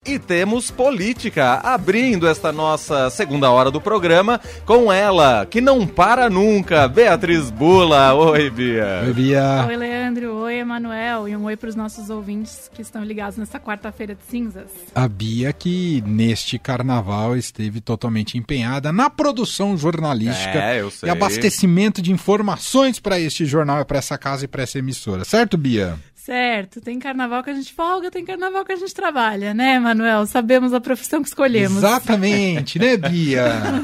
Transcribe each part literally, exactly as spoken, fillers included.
e temos política, abrindo esta nossa segunda hora do programa com ela, que não para nunca, Beatriz Bula. Oi, Bia. Oi, Bia. Oi, Leandro. Oi, Emanuel. E um oi para os nossos ouvintes que estão ligados nesta quarta-feira de cinzas. A Bia que neste carnaval esteve totalmente empenhada na produção jornalística é, eu sei. e abastecimento de informações para este jornal, para essa casa e para essa emissora. Certo, Bia? Certo, tem carnaval que a gente folga, tem carnaval que a gente trabalha, né, Manuel? Sabemos a profissão que escolhemos. Exatamente, né, Bia?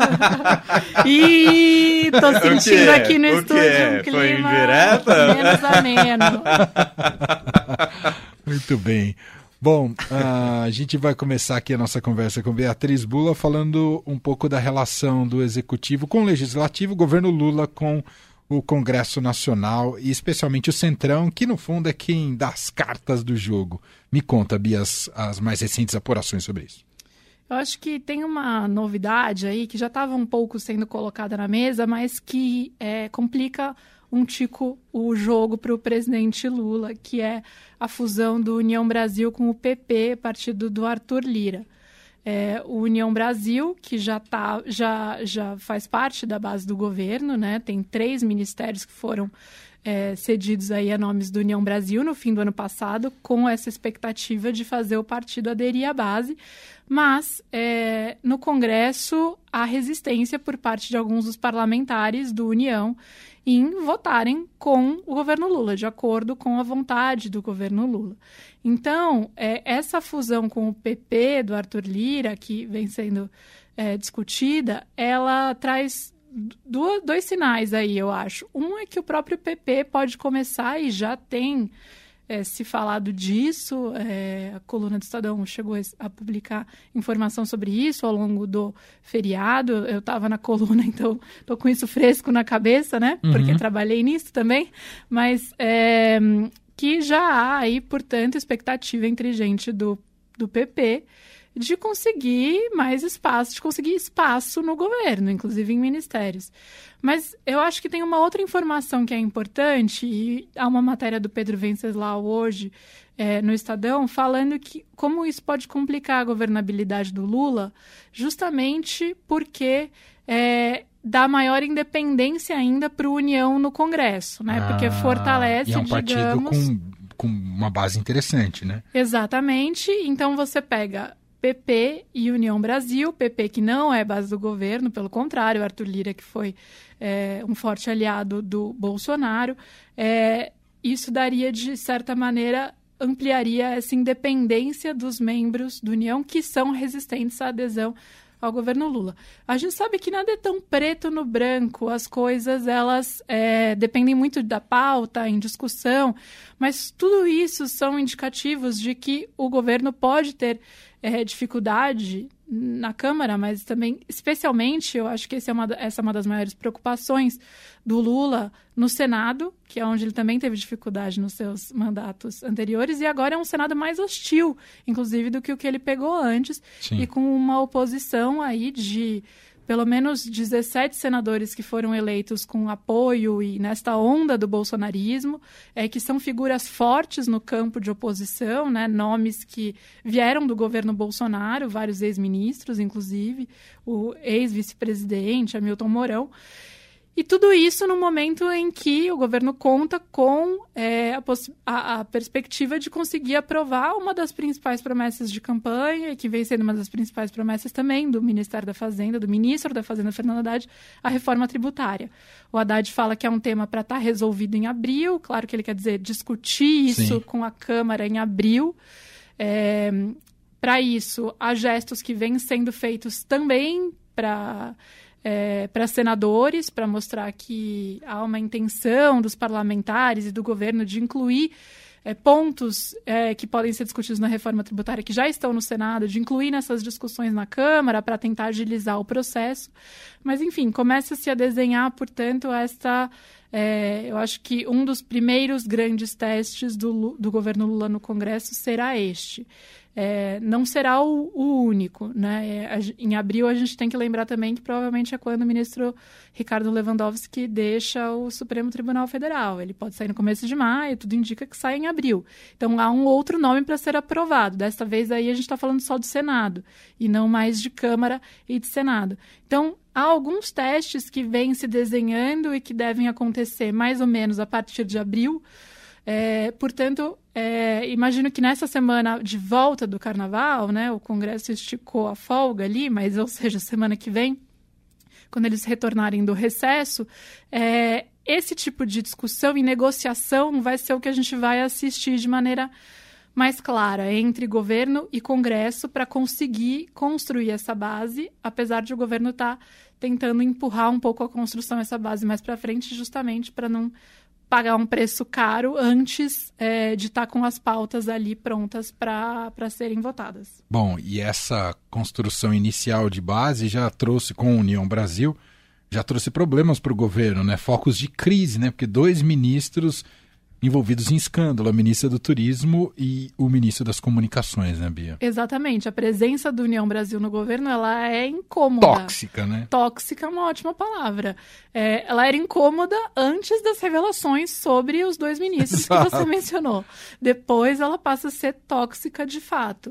Ih, tô sentindo aqui no o estúdio quê? um clima Foi indireta? menos ameno. Muito bem. Bom, uh, a gente vai começar aqui a nossa conversa com Beatriz Bula falando um pouco da relação do Executivo com o Legislativo, o governo Lula com o Congresso Nacional e especialmente o Centrão, que no fundo é quem dá as cartas do jogo. Me conta, Bia, as, as mais recentes apurações sobre isso. Eu acho que tem uma novidade aí que já estava um pouco sendo colocada na mesa, mas que é, complica um tico o jogo para o presidente Lula, que é a fusão do União Brasil com o P P, partido do Arthur Lira. É, o União Brasil, que já, tá, já, já faz parte da base do governo, né? Tem três ministérios que foram é, cedidos aí a nomes do União Brasil no fim do ano passado, com essa expectativa de fazer o partido aderir à base. Mas, é, no Congresso, há resistência por parte de alguns dos parlamentares do União em votarem com o governo Lula, de acordo com a vontade do governo Lula. Então, é, essa fusão com o P P do Arthur Lira, que vem sendo é, discutida, ela traz duas, dois sinais aí, eu acho. Um é que o próprio P P pode começar, e já tem é, se falado disso, é, a coluna do Estadão chegou a publicar informação sobre isso ao longo do feriado. Eu estava na coluna, então estou com isso fresco na cabeça, né? Uhum. Porque trabalhei nisso também, mas é, que já há aí, portanto, expectativa entre gente do, do P P de conseguir mais espaço, de conseguir espaço no governo, inclusive em ministérios. Mas eu acho que tem uma outra informação que é importante, e há uma matéria do Pedro Venceslau hoje é, no Estadão, falando que como isso pode complicar a governabilidade do Lula, justamente porque é, dá maior independência ainda para o União no Congresso, né? Ah, Porque fortalece, e é um partido digamos... com, com uma base interessante, né? Exatamente. Então você pega P P e União Brasil, P P que não é base do governo, pelo contrário, Arthur Lira, que foi é, um forte aliado do Bolsonaro, é, isso daria, de certa maneira, ampliaria essa independência dos membros do União que são resistentes à adesão ao governo Lula. A gente sabe que nada é tão preto no branco, as coisas elas é, dependem muito da pauta, em discussão, mas tudo isso são indicativos de que o governo pode ter é, dificuldade na Câmara, mas também, especialmente, eu acho que esse é uma, essa é uma das maiores preocupações do Lula no Senado, que é onde ele também teve dificuldade nos seus mandatos anteriores, e agora é um Senado mais hostil, inclusive, do que o que ele pegou antes. Sim. E com uma oposição aí de pelo menos dezessete senadores que foram eleitos com apoio e nesta onda do bolsonarismo, é, que são figuras fortes no campo de oposição, né, nomes que vieram do governo Bolsonaro, vários ex-ministros, inclusive, o ex-vice-presidente, Hamilton Mourão. E tudo isso no momento em que o governo conta com é, a, a, a perspectiva de conseguir aprovar uma das principais promessas de campanha, que vem sendo uma das principais promessas também do Ministério da Fazenda, do ministro da Fazenda, Fernando Haddad, a reforma tributária. O Haddad fala que é um tema para estar resolvido em abril, claro que ele quer dizer discutir isso Sim. com a Câmara em abril. É, para isso, há gestos que vêm sendo feitos também para... É, para senadores, para mostrar que há uma intenção dos parlamentares e do governo de incluir é, pontos é, que podem ser discutidos na reforma tributária, que já estão no Senado, de incluir nessas discussões na Câmara para tentar agilizar o processo. Mas, enfim, começa-se a desenhar, portanto, esta... É, eu acho que um dos primeiros grandes testes do, do governo Lula no Congresso será este. é, não será o, o único, né? É, em abril, a gente tem que lembrar também que provavelmente é quando o ministro Ricardo Lewandowski deixa o Supremo Tribunal Federal. Ele pode sair no começo de maio, tudo indica que sai em abril. Então, há um outro nome para ser aprovado. Desta vez, aí, a gente está falando só do Senado, e não mais de Câmara e de Senado. Então, há alguns testes que vêm se desenhando e que devem acontecer mais ou menos a partir de abril. É, portanto, é, imagino que nessa semana de volta do Carnaval, né, o Congresso esticou a folga ali, mas, ou seja, semana que vem, quando eles retornarem do recesso, é, esse tipo de discussão e negociação vai ser o que a gente vai assistir de maneira mais clara entre governo e Congresso para conseguir construir essa base, apesar de o governo estar tá tentando empurrar um pouco a construção dessa base mais para frente, justamente para não pagar um preço caro antes é, de estar tá com as pautas ali prontas para serem votadas. Bom, e essa construção inicial de base já trouxe, com a União Brasil, já trouxe problemas para o governo, né? Focos de crise, né? Porque dois ministros envolvidos em escândalo, a ministra do Turismo e o ministro das Comunicações, né, Bia? Exatamente. A presença da União Brasil no governo, ela é incômoda. Tóxica, né? Tóxica é uma ótima palavra. É, ela era incômoda antes das revelações sobre os dois ministros Exato. Que você mencionou. Depois ela passa a ser tóxica de fato.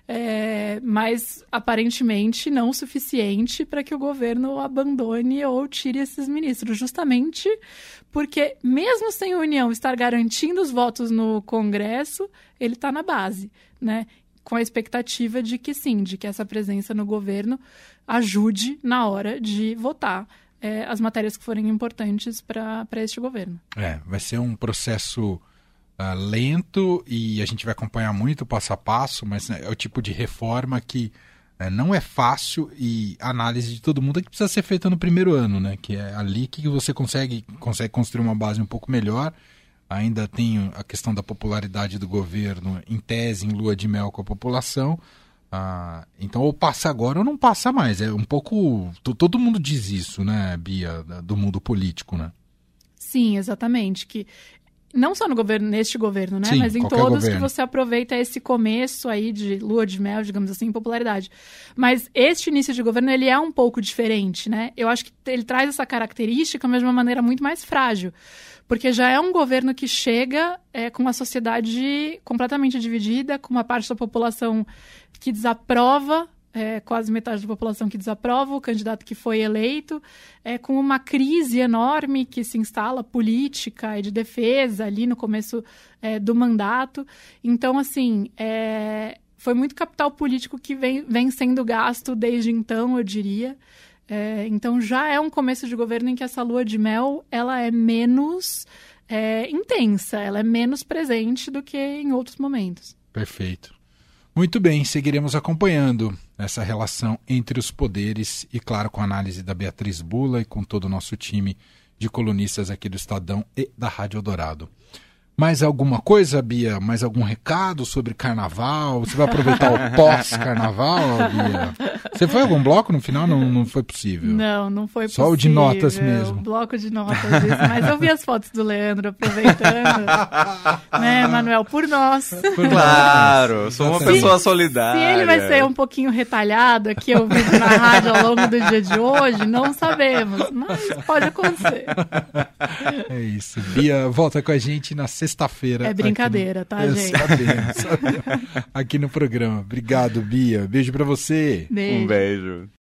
É, mas aparentemente não o suficiente para que o governo abandone ou tire esses ministros, justamente porque mesmo sem a União estar garantindo os votos no Congresso, ele está na base, né? Com a expectativa de que sim, de que essa presença no governo ajude na hora de votar é, as matérias que forem importantes para este governo. É, vai ser um processo Uh, lento e a gente vai acompanhar muito passo a passo, mas né, é o tipo de reforma que uh, não é fácil e a análise de todo mundo é que precisa ser feita no primeiro ano, né? Que é ali que você consegue, consegue construir uma base um pouco melhor. Ainda tem a questão da popularidade do governo em tese, em lua de mel com a população. Uh, então ou passa agora ou não passa mais. É um pouco... Todo mundo diz isso, né, Bia, do mundo político, né? Sim, exatamente. Que não só no governo, neste governo, né? Sim, mas em todos governo. Que você aproveita esse começo aí de lua de mel, digamos assim, popularidade. Mas este início de governo, ele é um pouco diferente, né? Eu acho que ele traz essa característica, mas de uma maneira muito mais frágil. Porque já é um governo que chega é, com uma sociedade completamente dividida, com uma parte da população que desaprova, É, quase metade da população que desaprova o candidato que foi eleito, é, com uma crise enorme que se instala política e de defesa ali no começo é, do mandato. Então, assim, é, foi muito capital político que vem, vem sendo gasto desde então, eu diria. É, então, já é um começo de governo em que essa lua de mel ela é menos é, intensa, ela é menos presente do que em outros momentos. Perfeito. Muito bem, seguiremos acompanhando essa relação entre os poderes e, claro, com a análise da Beatriz Bula e com todo o nosso time de colunistas aqui do Estadão e da Rádio Eldorado. Mais alguma coisa, Bia? Mais algum recado sobre carnaval? Você vai aproveitar o pós-carnaval, Bia? Você foi a algum bloco no final? Não, não foi possível. Não, não foi Só possível. Só o de notas mesmo. O bloco de notas, isso. Mas eu vi as fotos do Leandro aproveitando. Né, Manuel? Por nós. Por claro, sou uma Se, pessoa solidária. Se ele vai ser um pouquinho retalhado aqui, ouvido na rádio ao longo do dia de hoje, não sabemos. Mas pode acontecer. É isso. Bia, volta com a gente na sexta-feira. É brincadeira, no... tá, é, gente? Sabemos, sabemos. Aqui no programa. Obrigado, Bia. Beijo pra você. Beijo. Um beijo.